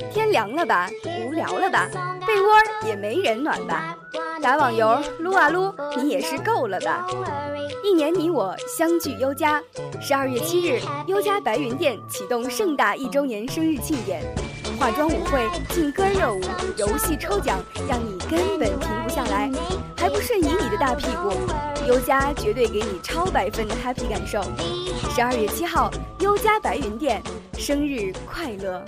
天凉了吧，无聊了吧，被窝也没人暖吧，打网游撸啊撸，你也是够了吧。一年你我相聚优家，12月7日，优家白云店启动盛大1周年生日庆典，化妆舞会、劲歌热舞、游戏抽奖，让你根本停不下来，还不瞬移你的大屁股。优家绝对给你超100分的 happy 感受。12月7号，优家白云店，生日快乐！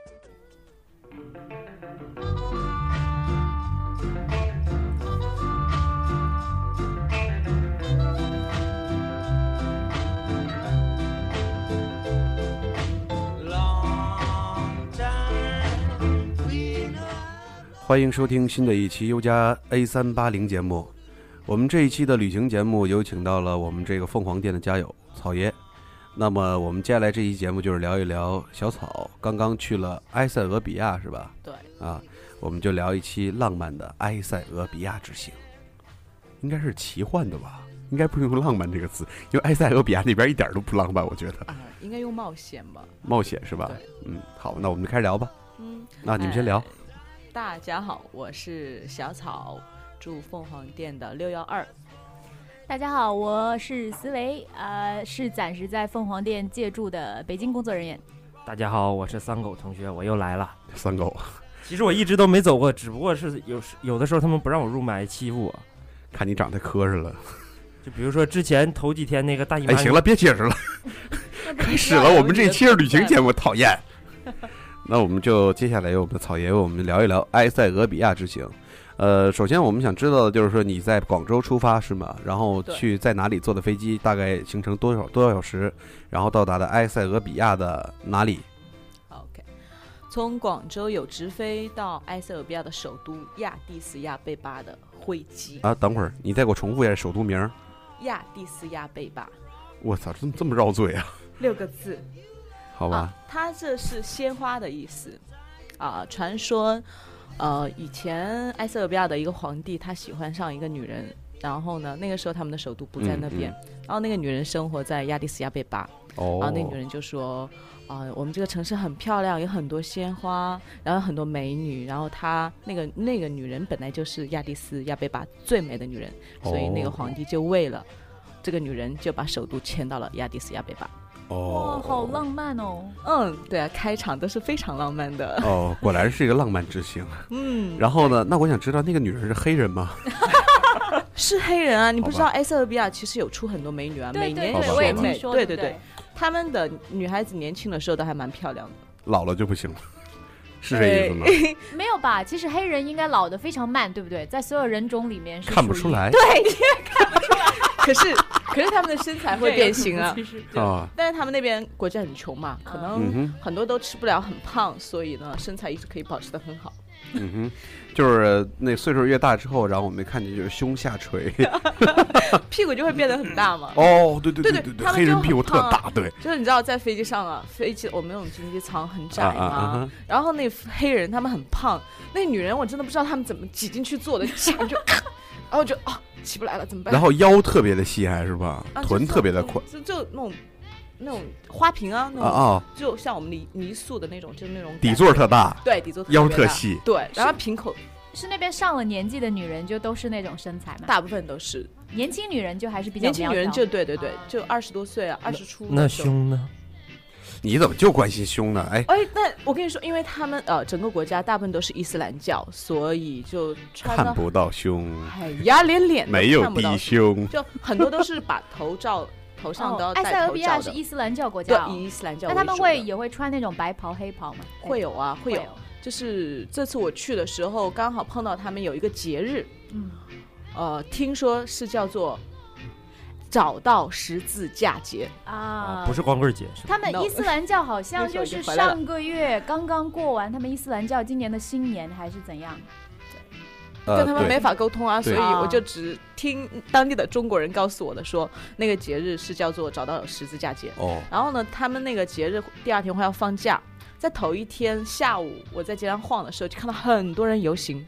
欢迎收听新的一期优家 A380 节目。我们这一期的旅行节目有请到了我们这个凤凰店的家友草爷。那么我们接下来这一期节目就是聊一聊小草刚刚去了埃塞俄比亚，是吧？ 对啊，我们就聊一期浪漫的埃塞俄比亚之行。应该是奇幻的吧，应该不用浪漫这个词，因为埃塞俄比亚那边一点都不浪漫，我觉得应该用冒险吧。 冒险是吧？好，那我们就开始聊吧。那你们先聊。 大家好，我是小草，住凤凰店的612。 大家好，我是思维，是暂时在凤凰店借住的北京工作人员。 大家好，我是三狗同学，我又来了。 三狗， 其实我一直都没走过，只不过是有的时候他们不让我入麦，欺负我。 看你长太磕碜了。 就比如说之前头几天那个大姨妈。 行了，别解释了，开始了，我们这一期是旅行节目，讨厌。那我们就接下来由我们的草爷为我们聊一聊埃塞俄比亚之行。首先我们想知道的就是说你在广州出发是吗？然后去在哪里坐的飞机，大概行程多少小时，然后到达的埃塞俄比亚的哪里 ？OK， 从广州有直飞到埃塞俄比亚的首都亚的斯亚贝巴的飞机啊。等会儿你再给我重复一下首都名。 亚的斯亚贝巴。 我操，这么绕嘴啊 ！6个字。 好吧， 它这是鲜花的意思传说以前埃塞俄比亚的一个皇帝他喜欢上一个女人，然后呢那个时候他们的首都不在那边，然后那个女人生活在亚的斯亚贝巴，然后那个女人就说我们这个城市很漂亮，有很多鲜花，然后很多美女，然后她那个女人本来就是亚的斯亚贝巴最美的女人，所以那个皇帝就为了这个女人就把首都迁到了亚的斯亚贝巴。 哇，好浪漫哦！ 对啊，开场都是非常浪漫的果然是一个浪漫之行。然后呢，那我想知道那个女人是黑人吗？ 是黑人啊！你不知道埃塞俄比亚其实有出很多美女啊，每年我也听说。 对，他们的女孩子年轻的时候都还蛮漂亮的， 老了就不行了，是这意思吗？ 没有吧？其实黑人应该老得非常慢，对不对？在所有人种里面是看不出来。 对，看不出来。 可是他们的身材会变形啊！但是他们那边国家很穷嘛，可能很多都吃不了很胖，所以呢身材一直可以保持得很好。 就是那岁数越大之后，然后我们看见就是胸下垂， 屁股就会变得很大嘛。 对，黑人屁股特大，对。 就是你知道在飞机上飞机我们那种经济舱很窄嘛，然后那黑人他们很胖，那女人我真的不知道他们怎么挤进去坐的，然后就起不来了怎么办？ 然后腰特别的细还是吧？臀特别的宽， 就那种花瓶啊，那种就像我们泥塑的那种，就是那种底座特大， 对，底座腰特细， 对，然后瓶口是那边上了年纪的女人就都是那种身材吗？ 大部分都是。 年轻女人就还是比较年轻女人就对，就20多岁啊，20出。 那胸呢？ 你怎么就关心胸呢？ 那我跟你说，因为他们整个国家大部分都是伊斯兰教，所以就看不到胸。 连脸没有低胸， 就很多都是把头上都要戴头罩的。 埃塞俄比亚是伊斯兰教国家， 以伊斯兰教为主。那他们也会穿那种白袍黑袍吗？ 会有啊，会有。就是这次我去的时候，刚好碰到他们有一个节日，听说是叫做找到十字架节不是光棍节。 他们伊斯兰教好像就是上个月刚刚过完他们伊斯兰教今年的新年还是怎样， 跟他们没法沟通啊，所以我就只听当地的中国人告诉我的，说那个节日是叫做找到十字架节。然后呢，他们那个节日第2天会要放假，在头一天下午我在街上晃的时候，就看到很多人游行，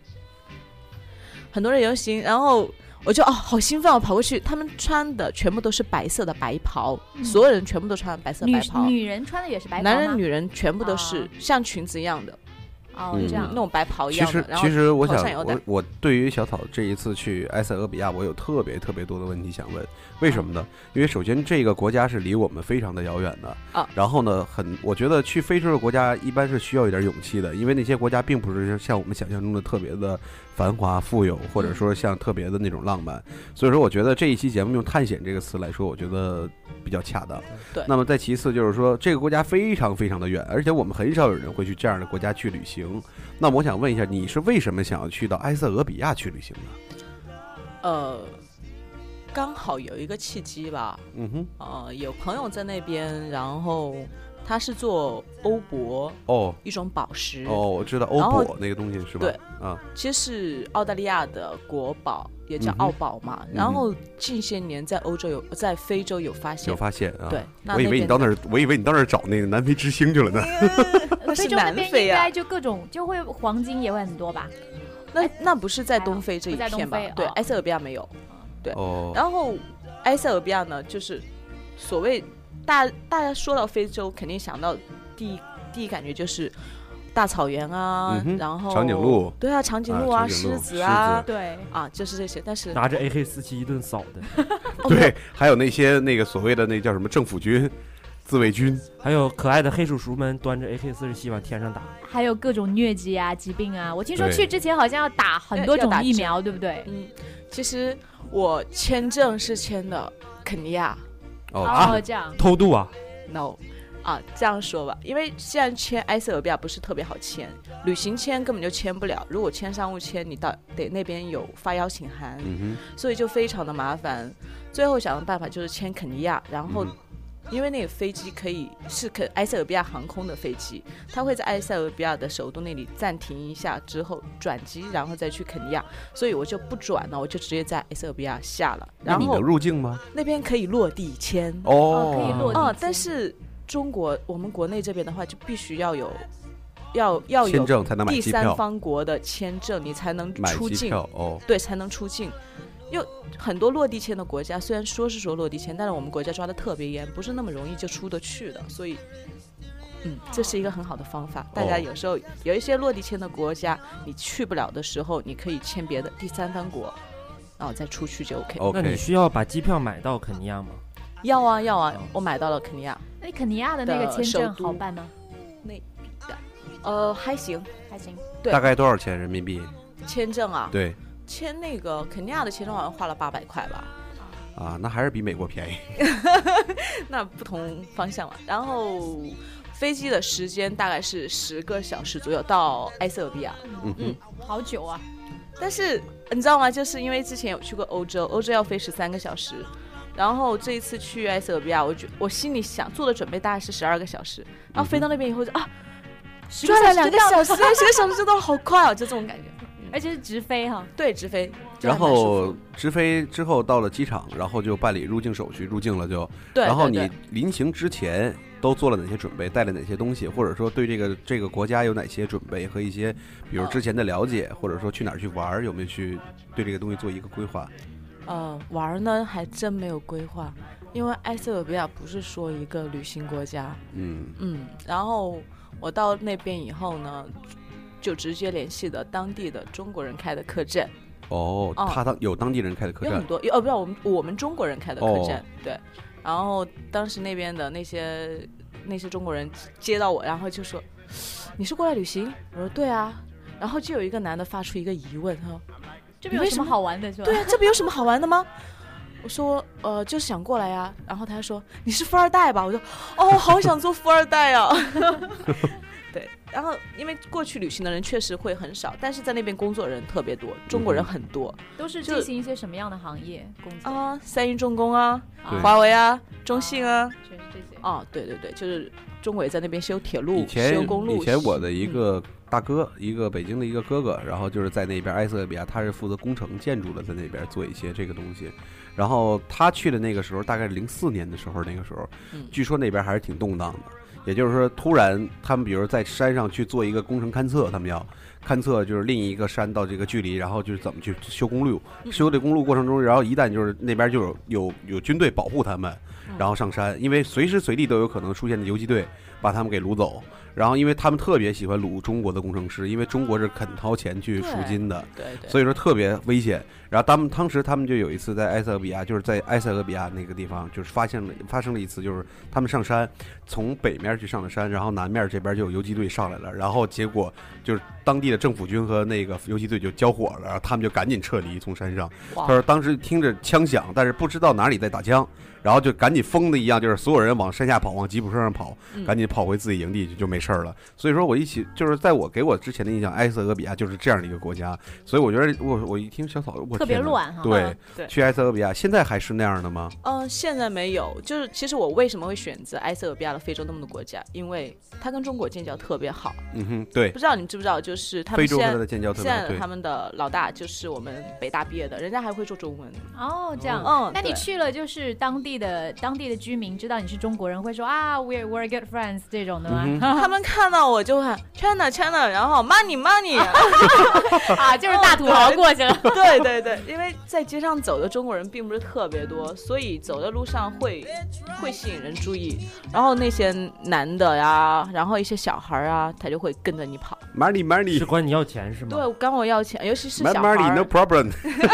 然后我就好兴奋，我跑过去，他们穿的全部都是白色的白袍，所有人全部都穿白色白袍， 女人穿的也是白袍吗？ 男人女人全部都是像裙子一样的， 哦，这样那种白袍一样的。 其实我想头上有带， 我对于小草这一次去埃塞俄比亚，我有特别多的问题想问。为什么呢？因为首先这个国家是离我们非常的遥远的啊。 然后呢，我觉得去非洲的国家一般是需要一点勇气的，因为那些国家并不是像我们想象中的特别的繁华富有，或者说像特别的那种浪漫。所以说，我觉得这一期节目用探险这个词来说，我觉得比较恰当。 对。 那么再其次就是说，这个国家非常的远，而且我们很少有人会去这样的国家去旅行。那么我想问一下，你是为什么想要去到埃塞俄比亚去旅行呢？ 刚好有一个契机吧。有朋友在那边，然后他是做欧泊一种宝石。 我知道欧泊那个东西是吧？ 对啊，其实是澳大利亚的国宝，也叫澳宝嘛。然后近些年在在非洲有发现啊。 对， 我以为你到那儿找那个南非之星去了呢。 非洲那边应该就各种就会黄金也会很多吧？ 那不是在东非这一片吧？对，埃塞俄比亚没有。对，然后埃塞俄比亚呢，就是所谓大家说到非洲，肯定想到第一感觉就是大草原啊，然后长颈鹿， 对啊，长颈鹿啊，狮子啊， 对啊，就是这些。但是拿着 AK-47一顿扫的， 对，还有那些那个所谓的那叫什么政府军、自卫军， 还有可爱的黑叔叔们端着 AK-47往天上打， 还有各种疟疾啊、疾病啊。我听说去之前好像要打很多种疫苗，对不对？ 其实我签证是签的肯尼亚。 这样偷渡啊 ？No， 这样说吧，因为现在签埃塞俄比亚不是特别好签，旅行签根本就签不了。如果签商务签，你得那边有发邀请函，所以就非常的麻烦。最后想的办法就是签肯尼亚，然后。因为那个飞机是埃塞俄比亚航空的飞机，它会在埃塞俄比亚的首都那里暂停一下之后转机，然后再去肯尼亚，所以我就不转了，我就直接在埃塞俄比亚下了。然后你能入境吗？ 那边可以落地签可以落地签但是我们国内这边的话，就必须要有签证才能买第机票， 三方国的签证，你才能出境。对，才能出境。又很多落地签的国家，虽然说落地签，但是我们国家抓得特别严，不是那么容易就出得去的，所以，这是一个很好的方法。大家有时候有一些落地签的国家，你去不了的时候，你可以签别的第三方国，然后再出去就 OK。 那你需要把机票买到肯尼亚吗？ 要啊，我买到了肯尼亚。 那肯尼亚的那个签证好办吗？ 还行。对， 大概多少钱人民币？ 签证啊？ 对。 签那个肯尼亚的签证好像花了800块吧？ 那还是比美国便宜。 那不同方向了。然后飞机的时间大概是10个小时左右到埃塞俄比亚。 好久啊！ 但是你知道吗？就是因为之前有去过欧洲要飞13个小时，然后这一次去埃塞俄比亚，我心里想做的准备大概是12个小时，然后飞到那边以后就转了2个小时，10个小时真的好快就这种感觉。 而且是直飞哈， 对，直飞。 然后直飞之后到了机场，然后就办理入境手续，入境了就。 对。 然后你临行之前都做了哪些准备，带了哪些东西，或者说对这个国家有哪些准备和一些，比如之前的了解，或者说去哪儿去玩，有没有去对这个东西做一个规划？ 玩呢还真没有规划，因为埃塞俄比亚不是说一个旅行国家。然后我到那边以后呢，就直接联系的当地的中国人开的客栈。 有当地人开的客栈， 有很多，不知道我们中国人开的客栈。对，然后当时那边的那些中国人接到我，然后就说：“你是过来旅行？”我说：“对啊。”然后就有一个男的发出一个疑问，他说：“ 这边有什么好玩的？是吧？” 对啊，这边有什么好玩的吗？我说：“就是想过来呀。”然后他说：“你是富二代吧？”我说：“好想做富二代啊。”对，然后因为过去旅行的人确实会很少，但是在那边工作人特别多，中国人很多。 都是进行一些什么样的行业工作三一重工啊，华为啊，中信啊， 全是这些。 对，就是中国也在那边修铁路、修公路。 以前我的一个大哥，一个北京的一个哥哥，然后就是在那边埃塞俄比亚，他是负责工程建筑的，在那边做一些这个东西。然后他去的那个时候，大概是04年的时候，那个时候，据说那边还是挺动荡的。也就是说，突然他们比如在山上去做一个工程勘测，他们要勘测就是另一个山到这个距离，然后就是怎么去修公路，修这公路过程中，然后一旦就是那边就有军队保护他们，然后上山，因为随时随地都有可能出现的游击队， 把他们给掳走。然后，因为他们特别喜欢掳中国的工程师，因为中国是肯掏钱去赎金的， 对， 所以说特别危险。然后当时他们就有一次在埃塞俄比亚，就是在埃塞俄比亚那个地方，就是发生了一次，就是他们上山，从北面去上的山，然后南面这边就有游击队上来了，然后结果就是当地的政府军和那个游击队就交火了，然后他们就赶紧撤离从山上。他说当时听着枪响，但是不知道哪里在打枪。然后就赶紧疯的一样，就是所有人往山下跑，往吉普车上跑，赶紧跑回自己营地就没事了。所以说我就是在给我之前的印象，埃塞俄比亚就是这样的一个国家。所以我觉得我一听小草，我特别乱哈。 对，去埃塞俄比亚现在还是那样的吗？ 现在没有。就是其实我为什么会选择埃塞俄比亚的非洲那么多国家，因为它跟中国建交特别好。 对。 不知道你们知不知道，就是他们非洲的建交特别好。 现在他们的老大就是我们北大毕业的，人家还会说中文。 哦，这样。那你去了就是当地的居民知道你是中国人，会说啊 we're good friends 这种的吗？ 他们看到我就喊 China， 然后 money 啊，就是大土豪过去了。 对，因为在街上走的中国人并不是特别多，所以走的路上会吸引人注意。然后那些男的呀，然后一些小孩啊，他就会跟着你跑。 money 是管你要钱是吗？ 对，管我要钱，尤其是小孩。 money no problem 。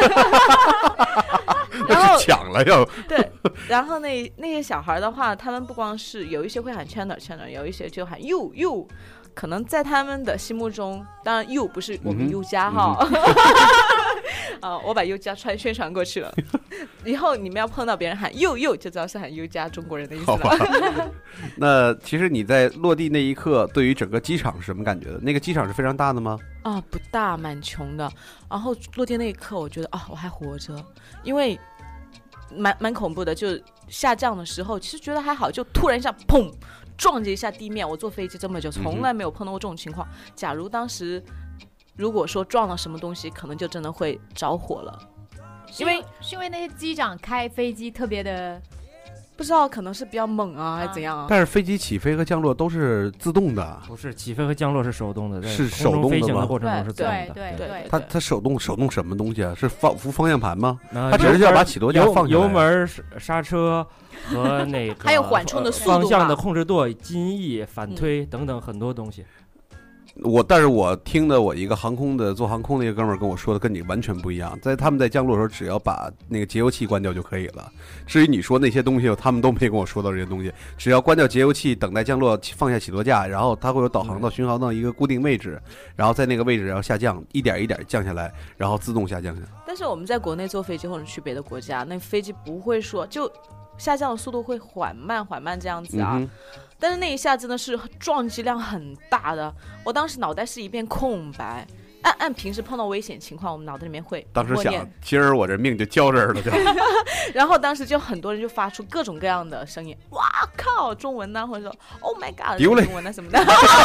然后抢了又对，然后那些小孩的话，他们不光是有一些会喊 China， 有一些就喊 you， 可能在他们的心目中，当然 you 不是我们 U 家哈，我把 U 家宣传过去了，以后你们要碰到别人喊 you 就知道是喊 U 家中国人的意思了。 那其实你在落地那一刻，对于整个机场是什么感觉的？那个机场是非常大的吗？ 不大，蛮穷的。然后落地那一刻，我觉得我还活着，因为蛮恐怖的，就下降的时候其实觉得还好，就突然一下砰撞击一下地面。我坐飞机这么久从来没有碰到过这种情况，假如当时如果说撞到什么东西，可能就真的会着火了。 因为那些机长开飞机特别的， 不知道可能是比较猛啊还是怎样啊。 但是飞机起飞和降落都是自动的。 不是，起飞和降落是手动的， 是手动的吗？ 飞行的过程中是自动的。 对。 它手动什么东西啊？是扶方向盘吗？它只是要把起落架放下来。 油门、刹车和那个还有缓冲的速度、 方向的控制舵、襟翼、反推等等很多东西。 但是我听的我一个做航空的一个哥们儿跟我说的跟你完全不一样，他们在降落的时候只要把那个节油器关掉就可以了。至于你说那些东西，他们都没跟我说到这些东西。只要关掉节油器，等待降落，放下起落架，然后它会有导航到巡航到一个固定位置，然后在那个位置要下降，一点一点降下来，然后自动下降。 但是我们在国内坐飞机或者去别的国家，那飞机不会说就下降的速度会缓慢这样子啊。但是那一下真的是撞击量很大的，我当时脑袋是一片空白。按平时碰到危险情况，我们脑袋里面会当时想，今儿我这命就交这儿了就。 然后当时就很多人就发出各种各样的声音，哇靠，中文呢，或者说 Oh my God， 中文呢什么的。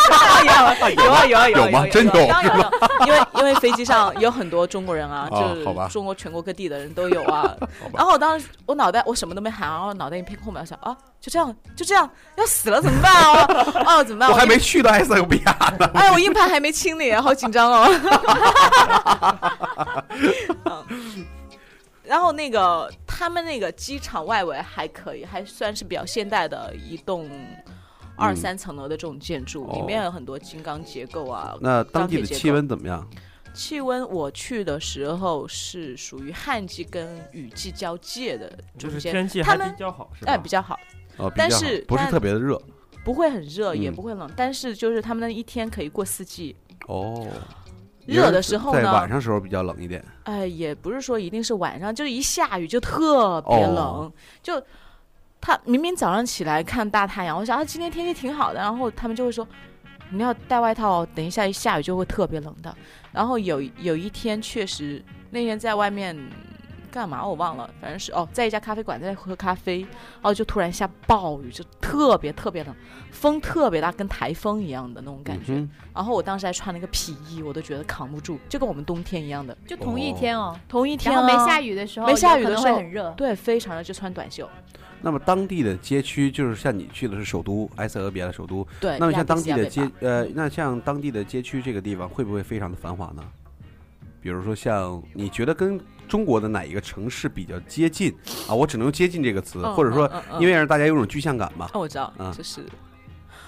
有吗？真有。 因为飞机上有很多中国人啊，就是中国全国各地的人都有啊。然后当时我什么都没喊，然后脑袋一片空白，想就这样要死了怎么办啊？怎么办？ 我还没去到埃塞俄比亚呢。 哎，我硬盘还没清理，好紧张哦。然后他们那个机场外围还可以，还算是比较现代的一栋2-3层楼的这种建筑，里面有很多金刚结构啊。 那当地的气温怎么样？ 气温我去的时候是属于旱季跟雨季交界的中间， 就是天气还比较好，是吧？ 比较好。 但是不是特别的热， 不会很热，也不会冷，但是就是他们那一天可以过4季。热的时候呢， 在晚上时候比较冷一点。 也不是说一定是晚上，就是一下雨就特别冷。就他明明早上起来看大太阳，我想今天天气挺好的，然后他们就会说你要带外套，等一下一下雨就会特别冷的。然后有一天确实那天在外面干嘛我忘了，反正是在一家咖啡馆在喝咖啡，然后就突然下暴雨，就特别特别冷，风特别大，跟台风一样的那种感觉。然后我当时还穿了一个皮衣，我都觉得扛不住，就跟我们冬天一样的。 就同一天同一天然后没下雨的时候会很热， 对，非常热，就穿短袖。 那么当地的街区，就是像你去的是首都埃塞俄比亚的首都， 对。 那么像当地的街区这个地方会不会非常的繁华呢？比如说像你觉得跟中国的哪一个城市比较接近啊？我只能用接近这个词，或者说因为让大家有种具象感嘛。 我知道，就是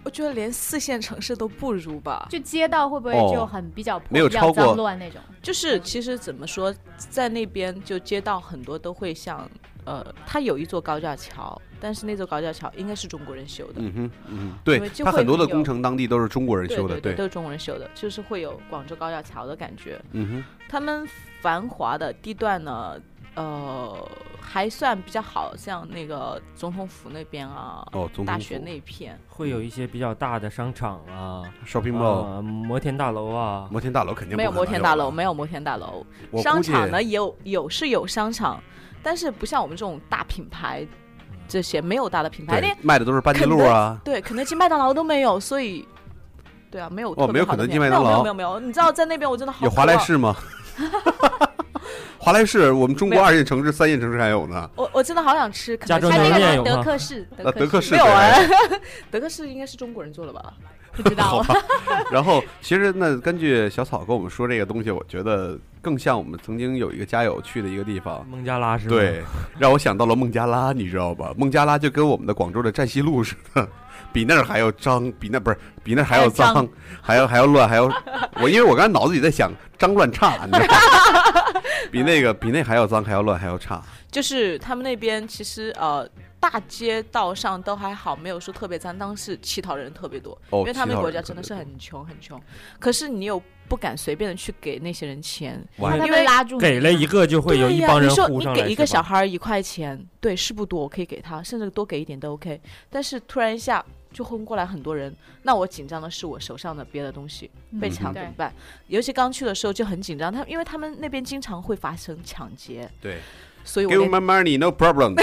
我觉得连4线城市都不如吧。 就街道会不会就很比较破， 没有超过比较脏乱那种？ 就是其实怎么说，在那边就街道很多都会像它有一座高架桥，但是那座高架桥应该是中国人修的。 对因为，就它很多的会有工程当地都是中国人修的， 对，都是中国人修的，就是会有广州高架桥的感觉。 嗯他们繁华的地段呢，还算比较好，像那个总统府那边啊， 哦，总统府大学那片会有一些比较大的商场啊 ，shopping mall， 摩天大楼啊。 摩天大楼肯定没有不可能摩天大楼， 了没有摩天大楼。 我估计商场呢有商场，但是不像我们这种大品牌，这些没有大的品牌， 对连卖的都是班尼路啊， 对肯德基、麦当劳都没有，所以对啊，没有特别没有好的肯德基麦当劳没有，你知道在那边我真的好有华莱渴望士吗？华莱士，我们中国2线城市、3线城市还有呢。 我真的好想吃肯加州德基还有那牛肉面有吗个德克士， 德克士没有啊对， 德克士应该是中国人做的吧？ 不知道好吧。然后其实呢，根据小草跟我们说这个东西，我觉得更像我们曾经有一个家友去的一个地方。 孟加拉是吗？ 对，让我想到了孟加拉，你知道吧？孟加拉就跟我们的广州的寨西路似的，比那儿还要脏，比那儿还要脏，还要乱，因为我刚才脑子里在想脏乱差，你知道吗？比那还要脏，还要乱，还要差。 就是他们那边其实大街道上都还好，没有说特别脏，但是乞讨的人特别多，因为他们国家真的是很穷很穷。可是你又不敢随便的去给那些人钱， 他因为们拉住你给了一个就会有一帮人你说呼上来。 你给一个是吧小孩1块钱，对，是不多，我可以给他，甚至多给一点都 OK。但是突然一下就轰过来很多人，那我紧张的是我手上的别的东西被抢怎么办？尤其刚去的时候就很紧张，因为他们那边经常会发生抢劫， 对， 所以我 Give my money, no problem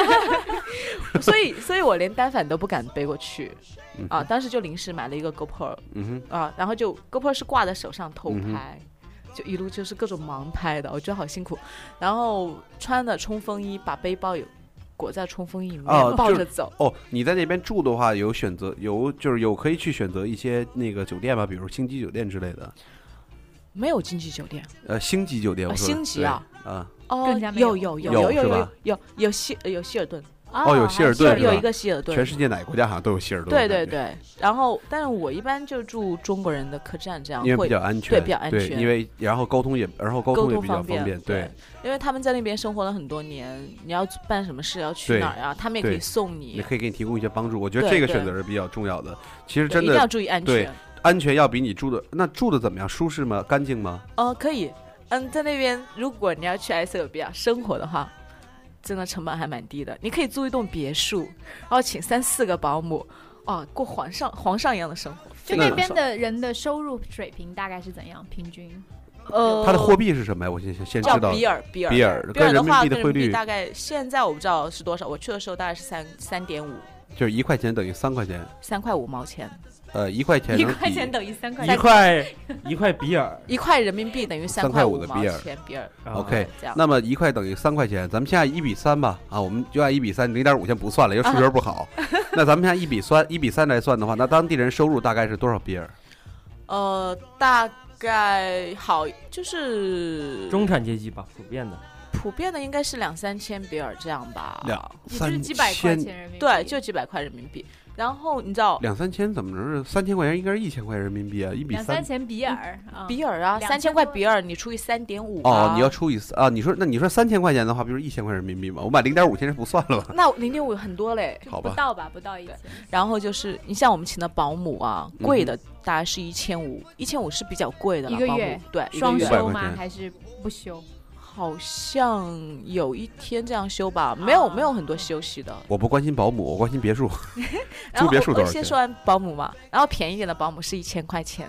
所以我连单反都不敢背过去啊！当时就临时买了一个 GoPro，然后就 GoPro 是挂在手上偷拍，就一路就是各种盲拍的，我觉得好辛苦。然后穿的冲锋衣，把背包裹在冲锋衣里面，抱着走。 你在那边住的话，有选择，有可以去选择一些那个酒店吗？比如星级酒店之类的。 没有经济酒店， 星级酒店， 星级啊， 更加没有有希尔顿。 有希尔顿， 有一个希尔顿， 全世界哪个国家好像都有希尔顿。 对。然后，但是我一般就住中国人的客栈，这样因为比较安全， 对，比较安全。 因为然后沟通也比较方便，对。 因为他们在那边生活了很多年，你要办什么事要去哪儿啊，他们也可以送你， 也可以给你提供一些帮助。我觉得这个选择是比较重要的。其实真的一定要注意安全， 对，安全要比你住的怎么样？舒适吗？干净吗？ 可以。在那边如果你要去埃塞俄比亚生活的话，真的成本还蛮低的，你可以租一栋别墅，然后请3-4个保姆，过皇上一样的生活。 就那边的人的收入水平大概是怎样？平均？ 它的货币是什么呀？我先知道。 叫比尔跟人民币的汇率大概现在我不知道是多少，我去的时候大概是3.5， 就是1块钱等于3块钱 ，3块5毛钱。 1块钱等于3块， 一块比尔 ，1块人民币等于3块5毛钱比尔。 OK， 那么1块等于3块钱，咱们现在1比3吧，我们就按1比3，0.5先不算了，因为数学不好。那咱们现在1比3来算的话，那当地人收入大概是多少比尔？ 大概就是中产阶级吧，普遍的应该是2-3千比尔这样吧 ，2-3几百块钱人民币， 对，就几百块人民币。然后你知道 2-3千怎么能是3000块钱？应该是1000块人民币啊！1比3 ，2-3千比尔， 比尔啊，3000块比尔，你除以3.5 你要除以4啊！你说3000块钱的话，不就是1000块人民币吗？我买0.5现在不算了吧？ 那0.5很多嘞， 好吧， 不到1000。 然后就是你像我们请的保姆啊，贵的大概是1500是比较贵的了， 一个月对， 双休吗？还是不休？ 好像有一天这样休吧，没有很多休息的。 我不关心保姆，我关心别墅。租别墅多少钱？ 我先说完保姆嘛，然后便宜点的保姆是1000块钱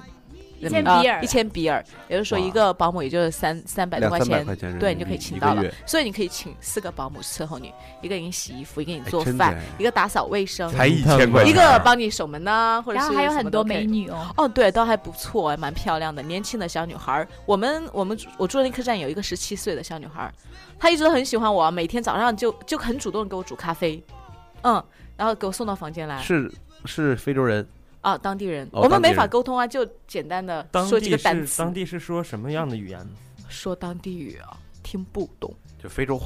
，1000 比尔，也就是说一个保姆也就是300多块钱，对，你就可以请到了。所以你可以请4个保姆伺候你，一个给你洗衣服，一个给你做饭，一个打扫卫生， 才1000块钱， 一个帮你守门呐，或者是然后还有很多美女对，都还不错，蛮漂亮的，年轻的小女孩。我住的那客栈有一个17岁的小女孩，她一直都很喜欢我，每天早上就很主动的给我煮咖啡，然后给我送到房间来。 是非洲人。 当地人，我们没法沟通啊，就简单的说几个单词。 当地是说什么样的语言？ 说当地语听不懂， 就非洲话，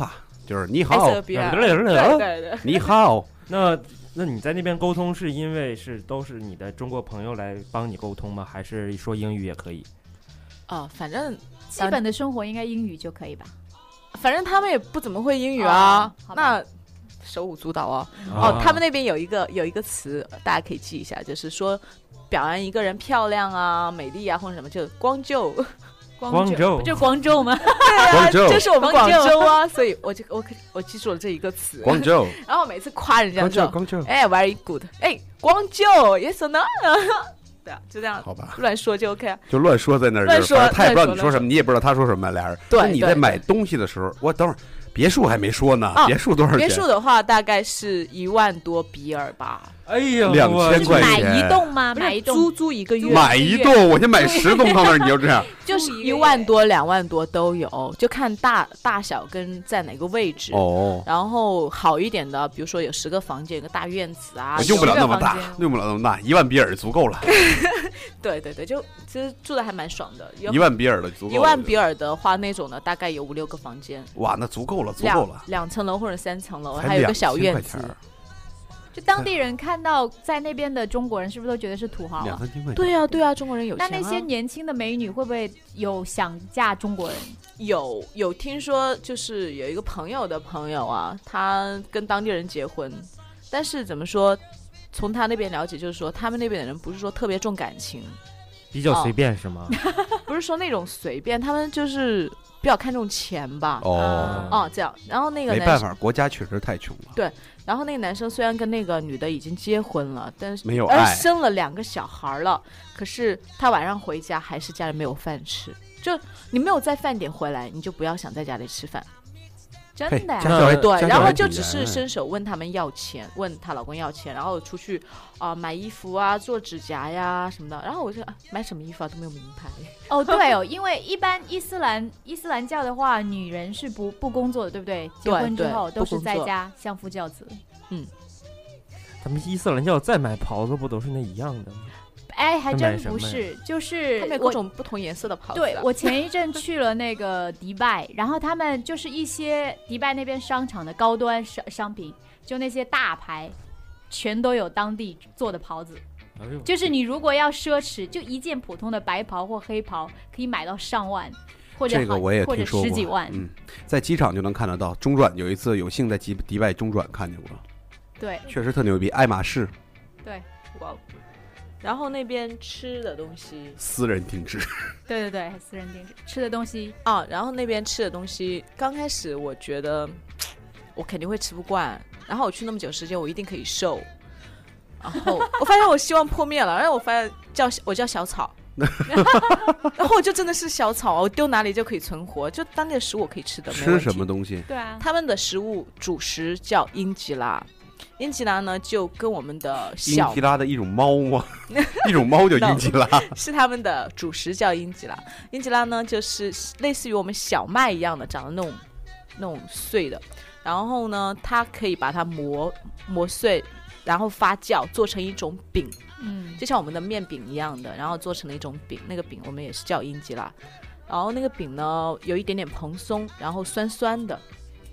就是你埃塞好俄，比亚， 对对对， 你好。 那你在那边沟通是因为都是你的中国朋友来帮你沟通吗？还是说英语也可以？ 反正基本的生活应该英语就可以吧？ 反正他们也不怎么会英语啊， 好吧那手舞足蹈啊。 啊他们那边有一个词，大家可以记一下，就是说表扬一个人漂亮啊、美丽啊或者什么，就光就。 光州不就光州吗？ 光州就是我们广光州州啊，所以我记住了这一个词。 光州， 然后每次夸人家光州， 就光州， 哎 very good， 哎光州 yes or no， 对啊，就这样好吧， 乱说就 OK 啊。 就乱说在那儿， 乱说就是反正他也不知道你说乱说什么，你也不知道他说什么，俩人。 对那你在对买东西的时候，我等会儿别墅还没说呢， 啊别墅多少钱？ 别墅的话大概是1万多比尔吧， 哎呀 2000 我块买钱一栋吗？ 不是买一栋租一个月， 买一栋，我先买10栋到那儿，你就这样。 就是1万多、2万多都有，就看大小跟在哪个位置。 哦， 然后好一点的，比如说有10个房间，有个大院子啊， 我用不了那么大 10个房， 用不了那么大，1万比尔足够了间。对对对，就其实住的还蛮爽的。 ，1万比尔的足够了。 1万比尔的话，那种的大概有5-6个房间， 哇，那足够了，足够了， 两层楼或者3层楼， 才还有一个小 2000 院子块钱。儿就当地人看到在那边的中国人，是不是都觉得是土豪啊？ 2-3千块钱。 对啊对啊，中国人有钱、啊。 那那些年轻的美女会不会有想嫁中国人？ 有听说，就是有一个朋友的朋友啊，他跟当地人结婚，但是怎么说，从他那边了解，就是说他们那边的人不是说特别重感情， 比较随便是吗？ 不是说那种随便，他们就是比较看重钱吧。 哦， 这样。然后那个男生， 没办法，国家确实太穷了。 然后那个男生虽然跟那个女的已经结婚了，但是没有爱生了2个小孩了，可是他晚上回家还是家里没有饭吃。就你没有在饭点回来，你就不要想在家里吃饭。 真的呀、 家教还对， 家教然后还挺就只是严伸手问他们要钱，问她老公要钱，然后出去买衣服啊、做指甲呀什么的。然后我就买什么衣服啊都没有名牌。 哦，对哦，因为一般伊斯兰教的话，女人是不工作的，对不对？结婚之后对都是不工作在家相夫教子。 他们伊斯兰教再买袍子不都是那一样的吗？ 哎，还买真什么呀不是，就是他们有各种不同颜色的袍子、啊。 对，我前一阵去了那个迪拜，然后他们就是一些迪拜那边商场的高端商品，就那些大牌，全都有当地做的袍子。 哎呦， 就是你如果要奢侈，就一件普通的白袍或黑袍，可以买到上万，或者这个我也或者听说过 10几万。 在机场就能看得到。中转有一次有幸在迪拜中转看见过， 对确实特牛逼。爱马仕对哇。然后那边吃的东西， 私人定制， 对对对，私人定制吃的东西然后那边吃的东西，刚开始我觉得我肯定会吃不惯，然后我去那么久时间，我一定可以瘦。然后我发现我希望破灭了，然后我发现我叫小草，然后我就真的是小草，我丢哪里就可以存活，就当地的食物我可以吃的，没问题。 吃什么东西？ 对啊， 他们的食物主食叫英吉拉，英吉拉呢就跟我们的英小吉拉的一种猫吗？一种猫叫英吉拉。 是他们的主食叫英吉拉。英吉拉呢就是类似于我们小麦一样的，长得那种碎的，然后呢它可以把它磨碎，然后发酵做成一种饼，就像我们的面饼一样的，然后做成了一种饼，那个饼我们也是叫英吉拉。然后那个饼呢有一点点蓬松，然后酸酸的，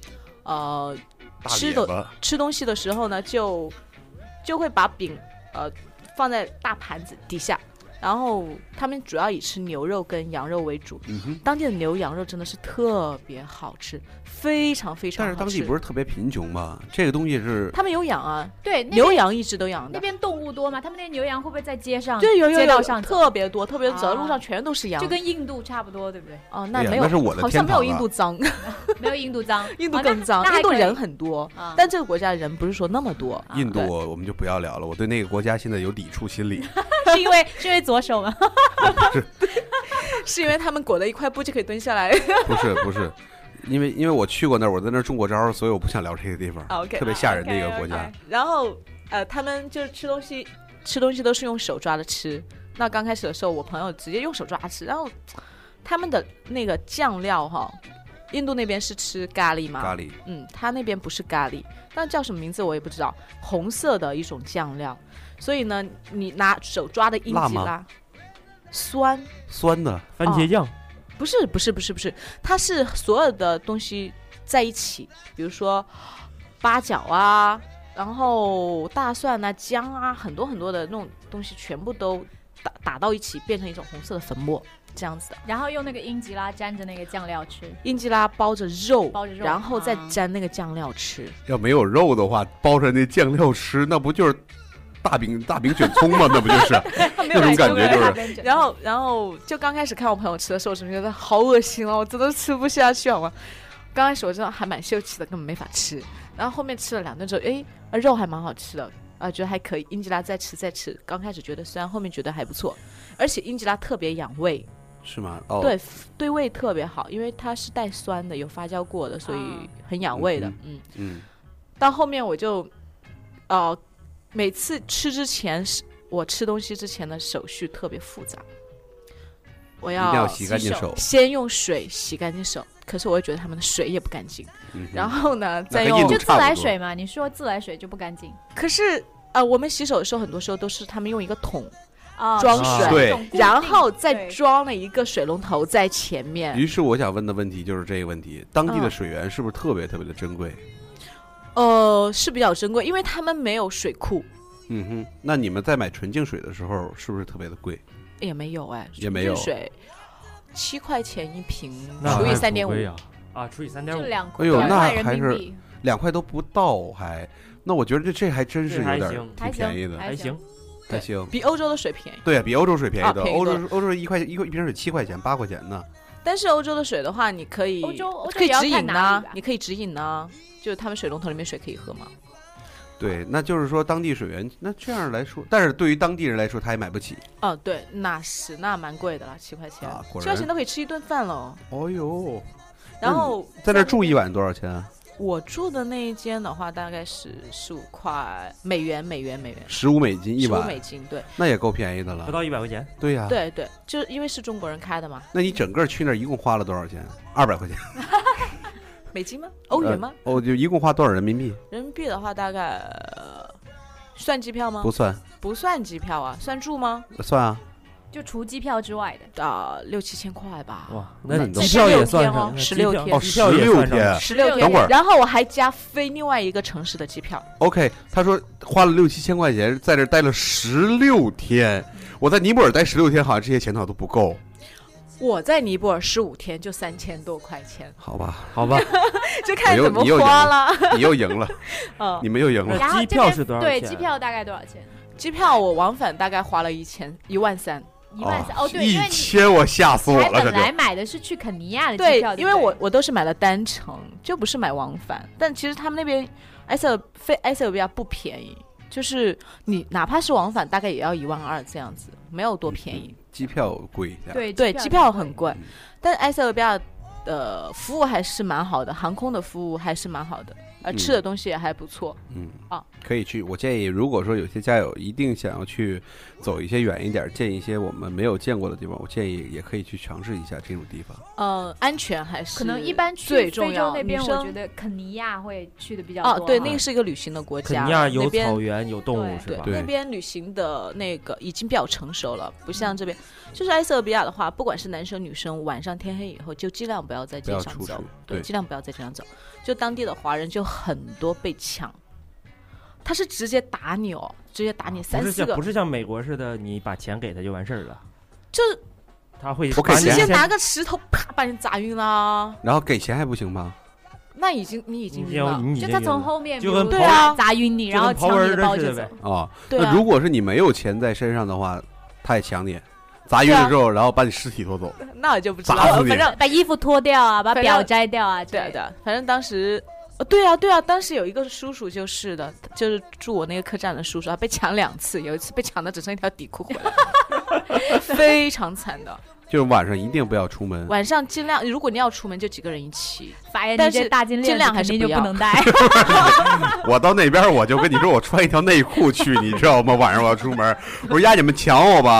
吃东西的时候呢就会把饼放在大盘子底下，然后他们主要以吃牛肉跟羊肉为主。当地的牛羊肉真的是特别好吃，非常非常好吃。 但是当地不是特别贫穷吗？这个东西是他们有养啊， 对， 牛羊一直都养的。 那边动物多吗？他们那牛羊会不会在街上？ 对，有街道上特别多，特别走在路上全都是羊， 就跟印度差不多，对不对？ 那没有， 那是我的好像没有天堂啊印度脏， 没有印度脏， 印度更脏。印度人很多，但这个国家人不是说那么多。 印度我们就不要聊了，我对那个国家现在有抵触心理。 是因为左手吗？ 是因为他们裹了一块布就可以蹲下来。 不是，因为我去过那儿，我在那儿中过招，所以我不想聊这个地方。特别吓人的一个国家。 然后他们就吃东西都是用手抓着吃。那刚开始的时候，我朋友直接用手抓吃，然后他们的那个酱料印度那边是吃咖喱吗？ 咖喱， 他那边不是咖喱，但叫什么名字我也不知道，红色的一种酱料。所以呢，你拿手抓的英吉拉，酸的番茄酱， 不是，它是所有的东西在一起，比如说八角啊，然后大蒜啊、姜啊，很多很多的那种东西全部都打到一起，变成一种红色的粉末，这样子的。 然后用那个英吉拉沾着那个酱料吃， 英吉拉包着肉，然后再啊沾那个酱料吃。 要没有肉的话，包着那酱料吃，那不就是大饼卷葱吗？那不就是那种感觉，就是。 然后就刚开始看我朋友吃的时候，我就觉得好恶心哦，我真的吃不下去好吗？刚开始我真的还蛮秀气的，根本没法吃。然后后面吃了2顿之后，肉还蛮好吃的觉得还可以。英吉拉再吃。刚开始觉得酸，后面觉得还不错，而且英吉拉特别养胃。 是吗？哦， 对胃特别好，因为它是带酸的，有发酵过的，所以很养胃的。到后面我就每次吃之前，我吃东西之前的手续特别复杂，我一定要洗干净手， 先用水洗干净手。可是我会觉得他们的水也不干净，然后呢再用就自来水嘛。你说自来水就不干净， 可是我们洗手的时候，很多时候都是他们用一个桶装水，然后再装了一个水龙头在前面。 于是我想问的问题就是这个问题：当地的水源是不是特别特别的珍贵？ 是比较珍贵，因为他们没有水库。 那你们在买纯净水的时候，是不是特别的贵？ 也没有也没有。 水7块钱1瓶， 除以3.5 除以3.5， 就2块。 哎呦，那还是 2块都不到，那我觉得这还真是有点挺便宜的， 还行。 比欧洲的水便宜。 对，比欧洲水便宜的。欧洲一瓶水7块钱8块钱呢。 但是欧洲的水的话，你可以可以直饮呢，你可以直饮呢，就是他们水龙头里面水可以喝吗？ 对，那就是说当地水源，那这样来说，但是对于当地人来说，他也买不起。 对，那蛮贵的了，7块钱 ，7 块钱都可以吃1顿饭了。 哦呦， 然后在那住一晚多少钱？ 我住的那一间的话，大概是15块美元 ，15美金一晚，15 美金，对， 那也够便宜的了， 不到100块钱。 对呀， 对，就因为是中国人开的嘛。 那你整个去那儿一共花了多少钱？200块钱。 美金吗？欧元吗？ 就一共花多少人民币？ 人民币的话，大概算机票吗？ 不算机票啊，算住吗？ 算啊， 就除机票之外的 ，6、7千块吧。 哇，那机票也算上 ，16天 ，16天。等会儿， 然后我还加飞另外一个城市的机票。 OK， 他说花了6、7千块钱，在这待了16天。我在尼泊尔待16天，好像这些钱都不够。 我在尼泊尔15天就3000多块钱， 好吧， 就看你怎么花了。 你又赢了，你们又赢了。 机票是多少钱？ 对，机票大概多少钱？ 机票我往返大概花了13000，13000。 哦，对 ，1000我吓死我了。 本来买的是去肯尼亚的机票， 对，因为我都是买了单程，就不是买往返。但其实他们那边埃塞俄比亚不便宜，就是你哪怕是往返，大概也要12000这样子，没有多便宜。 机票贵， 对，机票很贵，但是埃塞俄比亚的服务还是蛮好的，航空的服务还是蛮好的，吃的东西也还不错。 可以去。我建议，如果说有些家友一定想要去走一些远一点，见一些我们没有见过的地方，我建议也可以去尝试一下这种地方。 安全还是可能一般去非洲那边，我觉得肯尼亚会去的比较多。 对，那个是一个旅行的国家。 肯尼亚有草原，有动物，是吧？ 对，那边旅行的那个已经比较成熟了，不像这边。就是埃塞俄比亚的话，不管是男生女生，晚上天黑以后就尽量不要在街上走，对，尽量不要在街上走。就当地的华人就很多被抢。他是直接打你直接打你3、4个， 不是像美国似的，你把钱给他就完事儿了， 就是他会直接拿个石头啪把你砸晕了。 然后给钱还不行吗？ 那你已经晕了， 就他从后面就跟砸晕你，然后抢你的包就走。 那如果是你没有钱在身上的话，他也抢你，砸晕了之后，然后把你尸体拖走， 那我就不知道了。 反正把衣服脱掉啊，把表摘掉啊， 对，反正当时。对啊，当时有一个叔叔就是住我那个客栈的叔叔，他被抢2次，有一次被抢的只剩一条底裤回来，非常惨的。 就是晚上一定不要出门， 晚上尽量，如果你要出门就几个人一起。 但是大金链尽量还是就不能戴。 我到那边我就跟你说，我穿一条内裤去，你知道吗？晚上我要出门，我说呀，你们抢我吧。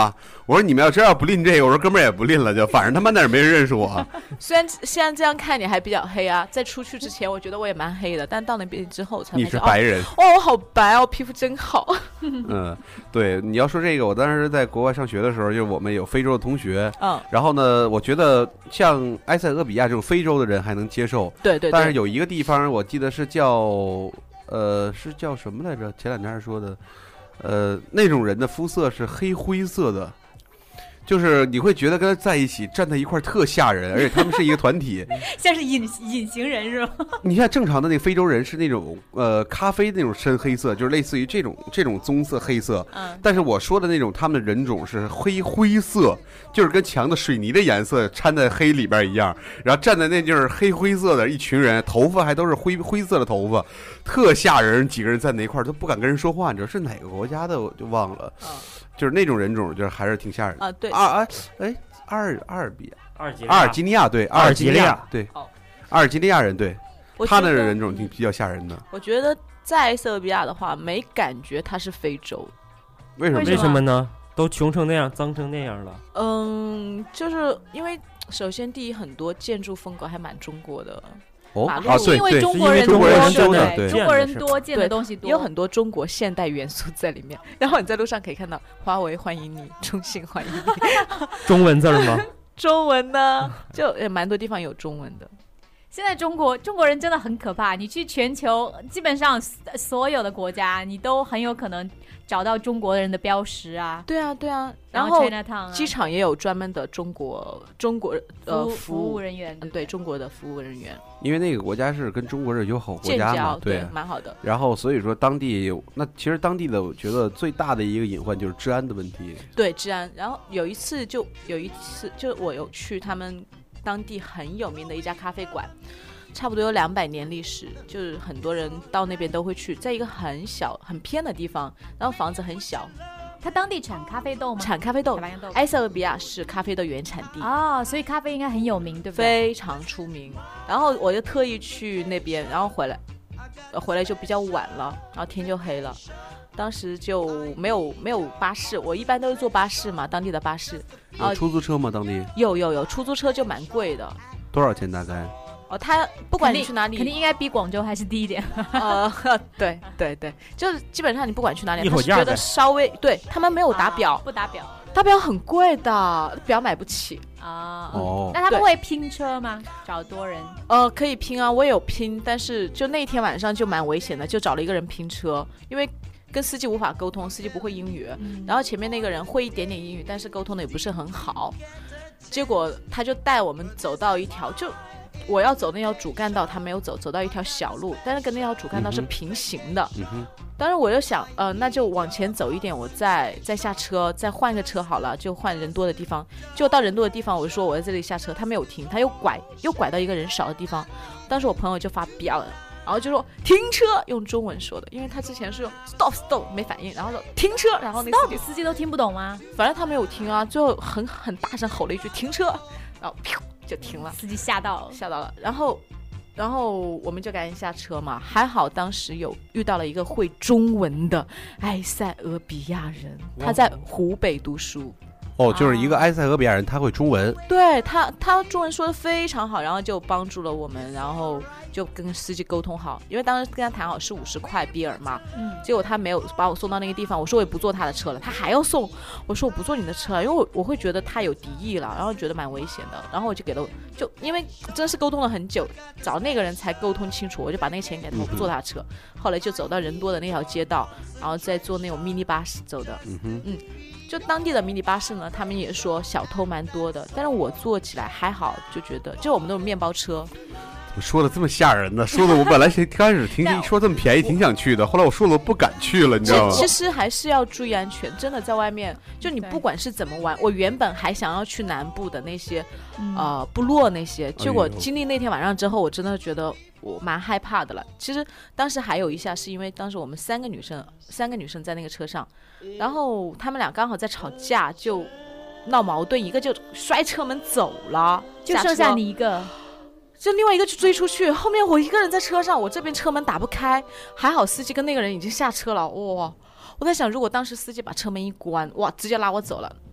我说你们要真要不吝这个，我说哥们儿也不吝了，就反正他妈那儿没人认识我。 虽然现在这样看你还比较黑啊，在出去之前我觉得我也蛮黑的，但到那边之后才发现你是白人哦，我好白哦，皮肤真好。 对，你要说这个，我当时在国外上学的时候，就我们有非洲的同学，然后呢，我觉得像埃塞俄比亚这种非洲的人还能接受， 对， 但是有一个地方我记得是叫什么来着？前两天还说的，那种人的肤色是黑灰色的。就是你会觉得跟他在一起站在一块特吓人，而且他们是一个团体， 像是隐形人是吧？ 你看正常的那个非洲人是那种咖啡那种深黑色，就是类似于这种棕色黑色，但是我说的那种他们的人种是灰色，就是跟墙的水泥的颜色掺在黑里边一样，然后站在那就是黑灰色的一群人，头发还都是灰色的头发，特吓人，几个人站在一块都不敢跟人说话，你知道是哪个国家的我就忘了。就是那种人种，就是还是挺吓人的啊。对， 阿尔及利亚对，阿尔及利亚对，阿尔及利亚人对，他那人种挺比较吓人的。 我觉得在埃塞俄比亚的话，没感觉他是非洲。 为什么呢？都穷成那样，脏成那样了。 就是因为首先第一，很多建筑风格还蛮中国的。 对， 因为中国人多，对，中国人多，建的东西多， 有很多中国现代元素在里面。然后你在路上可以看到华为欢迎你，中信欢迎你， 中文字吗？ 中文呢，就蛮多地方有中文的。 现在中国人真的很可怕，你去全球基本上所有的国家，你都很有可能找到中国人的标识啊。 对啊， 然后机场也有专门的中国服务人员， 对，中国的服务人员。 因为那个国家是跟中国是友好国家嘛， 对，蛮好的。 然后所以说当地其实当地的我觉得最大的一个隐患就是治安的问题。 对，治安。然后有一次就我有去他们当地很有名的一家咖啡馆，差不多有200年历史，就是很多人到那边都会去，在一个很小很偏的地方，然后房子很小。 它当地产咖啡豆吗？ 产咖啡豆，埃塞俄比亚是咖啡的原产地所以咖啡应该很有名，对不对？ 非常出名。然后我就特意去那边，然后回来就比较晚了，然后天就黑了。当时就没有巴士，我一般都是坐巴士嘛，当地的巴士。 有出租车吗？当地有出租车就蛮贵的。 多少钱大概？ 他不管你去哪里， 肯定应该比广州还是低一点。 对，就是基本上你不管去哪里，他是觉得稍微对他们没有打表， 不打表， 打表很贵的，表买不起那他们会拼车吗？找多人？ 可以拼啊，我也有拼，但是就那天晚上就蛮危险的，就找了一个人拼车，因为跟司机无法沟通，司机不会英语，然后前面那个人会一点点英语，但是沟通的也不是很好，结果他就带我们走到一条我要走那条主干道，他没有走到一条小路，但是跟那条主干道是平行的。当时我就想，那就往前走一点，我再下车，再换个车好了，就换人多的地方。就到人多的地方，我就说我在这里下车，他没有停，他又拐到一个人少的地方。当时我朋友就发飙了，然后就说停车，用中文说的，因为他之前是用 stop 没反应，然后说停车，然后那司机都听不懂吗？ 反正他没有听啊，最后很大声吼了一句停车，然后就停了， 司机吓到了，然后我们就赶紧下车嘛。还好当时有遇到了一个会中文的埃塞俄比亚人，他在湖北读书。 就是一个埃塞俄比亚人，他会中文。 对，他中文说的非常好，然后就帮助了我们，然后就跟司机沟通好，因为当时跟他谈好是50块比尔嘛，结果他没有把我送到那个地方，我说我也不坐他的车了，他还要送，我说我不坐你的车了，因为我会觉得他有敌意了，然后觉得蛮危险的，然后我就给了，就因为真是沟通了很久，找那个人才沟通清楚，我就把那个钱给他，我不坐他的车，后来就走到人多的那条街道，然后再坐那种迷你巴士走的。就当地的迷你巴士呢，他们也说小偷蛮多的，但是我坐起来还好，就觉得就我们都是面包车。 说的这么吓人呢？说的我本来开始说这么便宜挺想去的，后来我说了我不敢去了，你知道吗？ 其实还是要注意安全，真的在外面，就你不管是怎么玩，我原本还想要去南部的那些部落那些，结果经历那天晚上之后，我真的觉得我蛮害怕的了。其实当时还有一下是因为当时我们三个女生在那个车上，然后他们俩刚好在吵架，就闹矛盾，一个就摔车门走了， 就剩下你一个。 就另外一个去追出去，后面我一个人在车上，我这边车门打不开，还好司机跟那个人已经下车了。哇！我在想，如果当时司机把车门一关，哇，直接拉我走了，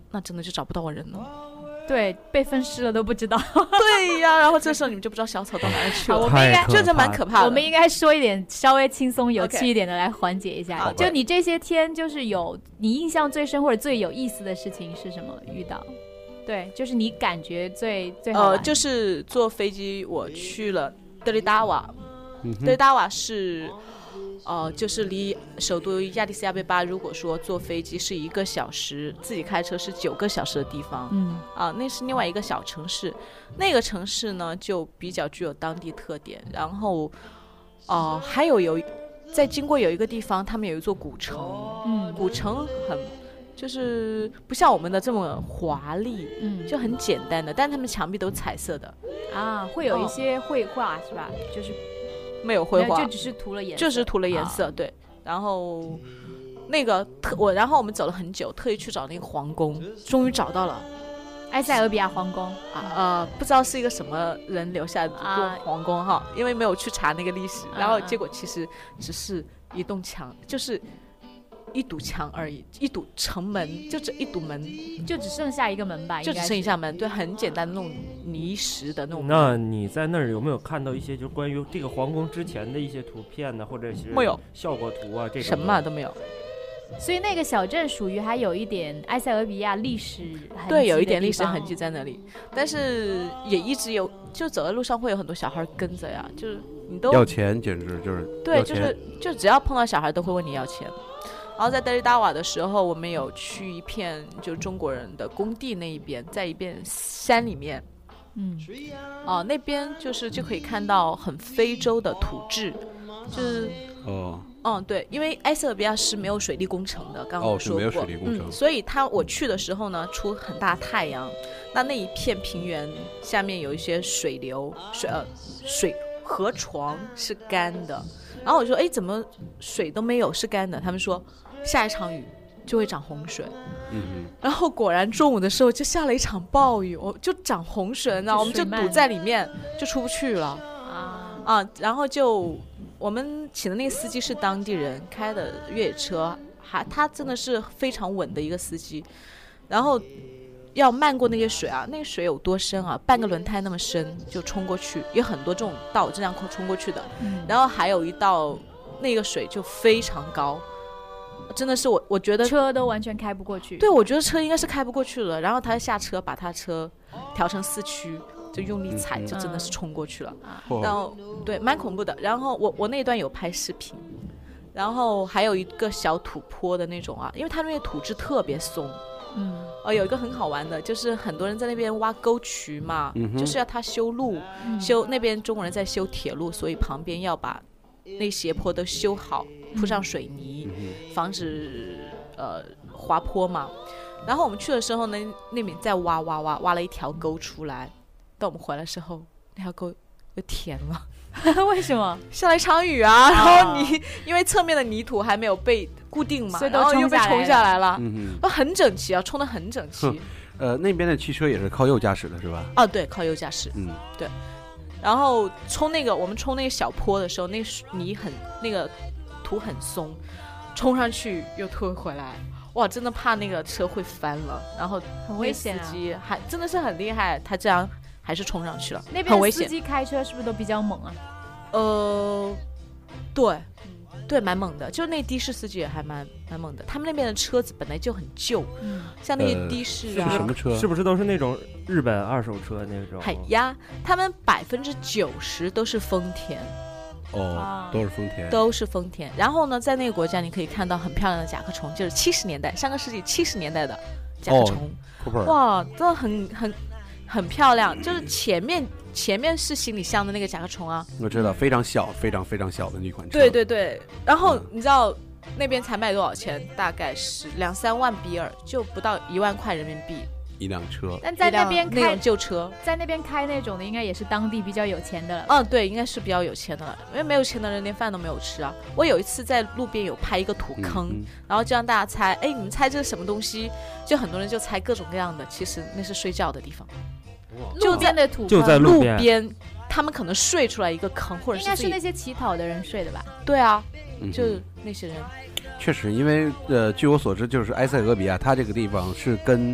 那真的就找不到我人了。 对，被分尸了都不知道。 对呀，然后这时候你们就不知道小草到哪里去了。 我们应该这真蛮可怕的。 我们应该说一点稍微轻松有趣一点的来缓解一下。 好就你这些天，就是有你印象最深或者最有意思的事情是什么？遇到？对，就是你感觉最好玩。 就是坐飞机我去了德里达瓦，德里达瓦是。就是离首都亚的斯亚贝巴，如果说坐飞机是1个小时，自己开车是9个小时的地方。那是另外一个小城市，那个城市呢就比较具有当地特点。然后，还有在经过有一个地方，他们有一座古城，古城就是不像我们的这么华丽，就很简单的，但他们墙壁都彩色的啊，会有一些绘画是吧？就是没有绘画， 就只是涂了颜色， 就是涂了颜色，对。然后那个然后我们走了很久，特意去找那个皇宫，终于找到了埃塞俄比亚皇宫不知道是一个什么人留下的皇宫哈，因为没有去查那个历史，然后结果其实只是一栋墙，就是一堵墙而已，一堵城门，就这一堵门， 就只剩下一个门吧， 就只剩一下门，对，很简单的那种泥石的那种门。 那你在那儿有没有看到一些就是关于这个皇宫之前的一些图片呢，或者是没有效果图啊？这什么都没有。 所以那个小镇属于还有一点埃塞俄比亚历史痕迹， 对，有一点历史痕迹在那里，但是也一直有，就走在路上会有很多小孩跟着呀，就是你都要钱，简直就是对，就只要碰到小孩都会问你要钱。然后在德里达瓦的时候，我们有去一片就是中国人的工地那一边，在一片山里面，那边就可以看到很非洲的土质，就是对，因为埃塞俄比亚是没有水利工程的，刚刚我说过， 是没有水利工程， 所以我去的时候呢，出很大太阳，那一片平原下面有一些水流，水河床是干的，然后我说，怎么水都没有是干的？他们说下一场雨就会长洪水，然后果然中午的时候就下了一场暴雨，就长洪水，然后我们就堵在里面，就出不去了然后我们请的那个司机是当地人开的越野车，他真的是非常稳的一个司机，然后要漫过那些水啊，那个水有多深啊？半个轮胎那么深就冲过去，有很多这种道这样冲过去的，然后还有一道那个水就非常高，真的是我觉得车都完全开不过去。 对，我觉得车应该是开不过去了，然后他下车把他车调成4驱，就用力踩，就真的是冲过去了。然后对，蛮恐怖的。然后我那段有拍视频，然后还有一个小土坡的那种因为它那边土质特别松。有一个很好玩的，就是很多人在那边挖沟渠嘛，就是要他修路，那边中国人在修铁路，所以旁边要把那斜坡都修好，铺上水泥，防止滑坡嘛。然后我们去的时候呢，那边在挖了一条沟出来，等我们回来的时候，那条沟又填了。 为什么？ 下了一场雨然后因为侧面的泥土还没有被固定嘛，然后又被冲下来了，很整齐啊，冲得很整齐。 那边的汽车也是靠右驾驶的是吧？ 对，靠右驾驶。对。然后我们冲那个小坡的时候，那个土很松，冲上去又退回来，哇，真的怕那个车会翻了，然后很危险司机还真的是很厉害，他这样还是冲上去了， 那边司机开车是不是都比较猛啊？ 对，蛮猛的，就是那的士司机也还蛮猛的。他们那边的车子本来就很旧，像那些的士是什么车？ 是不是都是那种日本二手车那种？ 海鸭，他们90%都是丰田。 都是丰田， 都是丰田。然后呢，在那个国家你可以看到很漂亮的甲壳虫，就是70年代，上个世纪70年代的甲壳虫。哇，真的很漂亮，就是前面是行李箱的那个甲壳虫啊， 我知道，非常小，非常非常小的那款车。 对，然后你知道那边才卖多少钱？大概是2-3万比尔，就不到1万块人民币一辆车。 但在那边开那种旧车， 在那边开那种的，应该也是当地比较有钱的了。 对，应该是比较有钱的了，因为没有钱的人连饭都没有吃啊。我有一次在路边有拍一个土坑，然后就让大家猜，你们猜这是什么东西？就很多人就猜各种各样的，其实那是睡觉的地方。 路边的土坑， 就在路边，他们可能睡出来一个坑，或者是应该是那些乞讨的人睡的吧？ 对啊，就那些人。 确实，因为据我所知，就是埃塞俄比亚，它这个地方是跟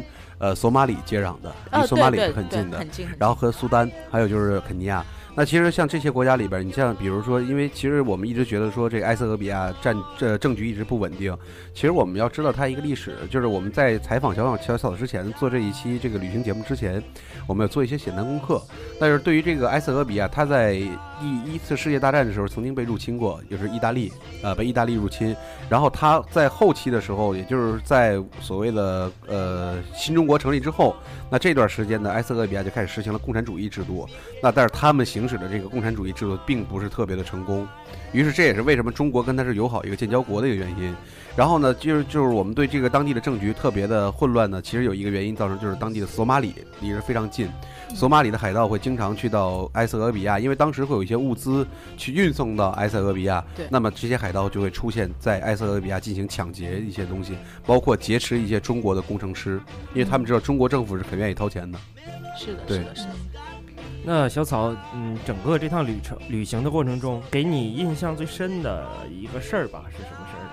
索马里接壤的，离索马里是很近的， 很近。 然后和苏丹，还有就是肯尼亚。那其实像这些国家里边，你像比如说，因为其实我们一直觉得说这个埃塞俄比亚政局一直不稳定。其实我们要知道它一个历史，就是我们在采访小草之前，做这一期这个旅行节目之前，我们要做一些简单功课。但是对于这个埃塞俄比亚，它在第一次世界大战的时候曾经被入侵过，就是意大利被意大利入侵。然后它在后期的时候，也就是在所谓的新中国成立之后，那这段时间呢，埃塞俄比亚就开始实行了共产主义制度。那但是他们行使的这个共产主义制度并不是特别的成功，于是这也是为什么中国跟他是友好一个建交国的一个原因。然后呢，就是我们对这个当地的政局特别的混乱呢，其实有一个原因造成，就是当地的索马里离着非常近，索马里的海盗会经常去到埃塞俄比亚，因为当时会有一些物资去运送到埃塞俄比亚，那么这些海盗就会出现在埃塞俄比亚进行抢劫一些东西，包括劫持一些中国的工程师，因为他们知道中国政府是很愿意掏钱的。 是的， 对， 是的，是的。 那小草，整个这趟旅行的过程中，给你印象最深的一个事儿吧，是什么事儿？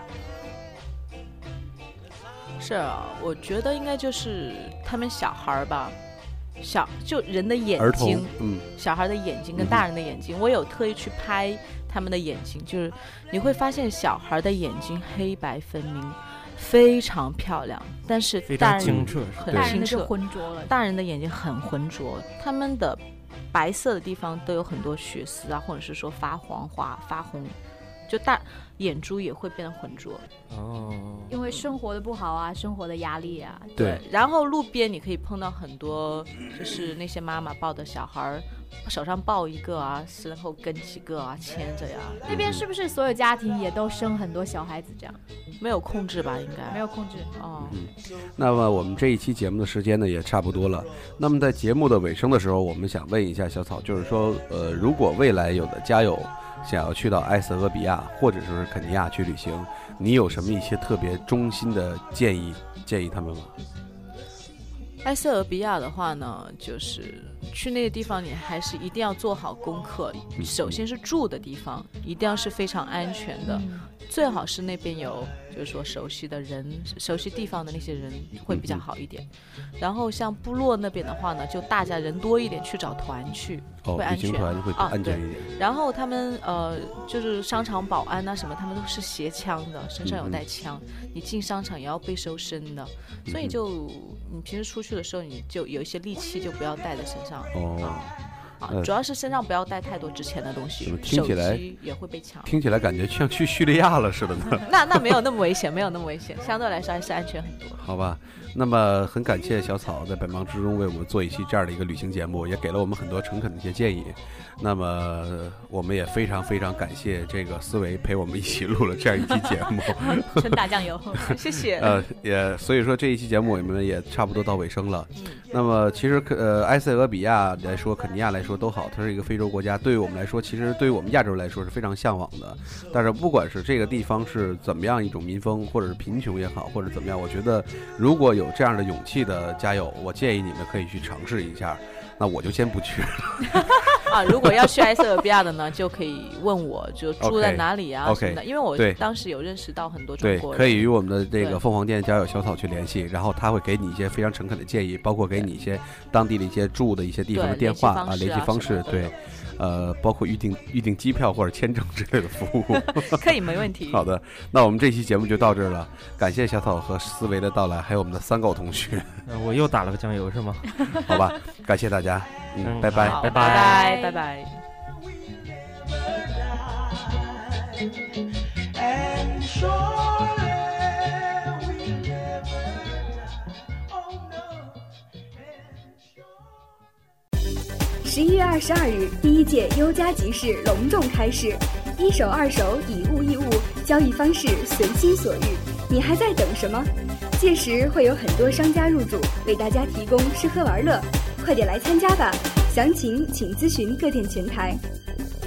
是啊，我觉得应该就是他们小孩吧，就人的眼睛，小孩的眼睛跟大人的眼睛，我有特意去拍他们的眼睛，就是你会发现小孩的眼睛黑白分明，非常漂亮，但是大人清澈， 很清澈， 浑浊了。 大人的眼睛很浑浊，他们的白色的地方都有很多血丝啊，或者是说发黄发红，就眼珠也会变得浑浊。 哦， 因为生活的不好啊，生活的压力啊。 对。然后路边你可以碰到很多，就是那些妈妈抱的小孩，手上抱一个啊，身后跟几个啊，牵着呀。 那边是不是所有家庭也都生很多小孩子这样？ 没有控制吧，应该没有控制哦。 那么我们这一期节目的时间呢也差不多了。那么在节目的尾声的时候，我们想问一下小草，就是说，如果未来有的家友想要去到埃塞俄比亚或者是肯尼亚去旅行，你有什么一些特别衷心的建议他们吗？ 埃塞俄比亚的话呢，就是去那个地方，你还是一定要做好功课。首先是住的地方，一定要是非常安全的，最好是那边有，就是说熟悉的人、熟悉地方的那些人会比较好一点。然后像部落那边的话呢，就大家人多一点，去找团去，会安全， 旅行团会安全一点。 然后他们就是商场保安啊什么，他们都是携枪的，身上有带枪，你进商场也要被搜身的，所以就你平时出去的时候，你就有一些利器就不要带在身上。主要是身上不要带太多值钱的东西， 听起来手机也会被抢。 听起来感觉像去叙利亚了似的呢。 那没有那么危险，没有那么危险，相对来说还是安全很多。 好吧，那么很感谢小草在百忙之中为我们做一期这样的一个旅行节目，也给了我们很多诚恳的一些建议。那么我们也非常非常感谢这个思维陪我们一起录了这样一期节目。 纯打酱油， 谢谢。 也所以说这一期节目我们也差不多到尾声了。那么其实埃塞俄比亚来说，肯尼亚来说都好，它是一个非洲国家，对于我们来说，其实对于我们亚洲来说是非常向往的。但是不管是这个地方是怎么样一种民风，或者是贫穷也好，或者怎么样，我觉得如果有这样的勇气的家友，我建议你们可以去尝试一下。那我就先不去了。 如果要去埃塞俄比亚的呢，就可以问我，就住在哪里啊什么的，因为我当时有认识到很多中国人。 对，可以与我们的这个凤凰店家友小草去联系，然后他会给你一些非常诚恳的建议，包括给你一些当地的一些住的一些地方的电话啊、联系方式，对。包括预定机票或者签证之类的服务。 可以，没问题。 好的，那我们这期节目就到这儿了，感谢小草和思维的到来，还有我们的三狗同学。 我又打了个酱油是吗？ 好吧，感谢大家，拜拜， 拜拜，拜拜。 11月22日，第一届优家集市隆重开市，一手二手以物易物，交易方式随心所欲，你还在等什么？届时会有很多商家入驻，为大家提供吃喝玩乐，快点来参加吧！详情请咨询各店前台。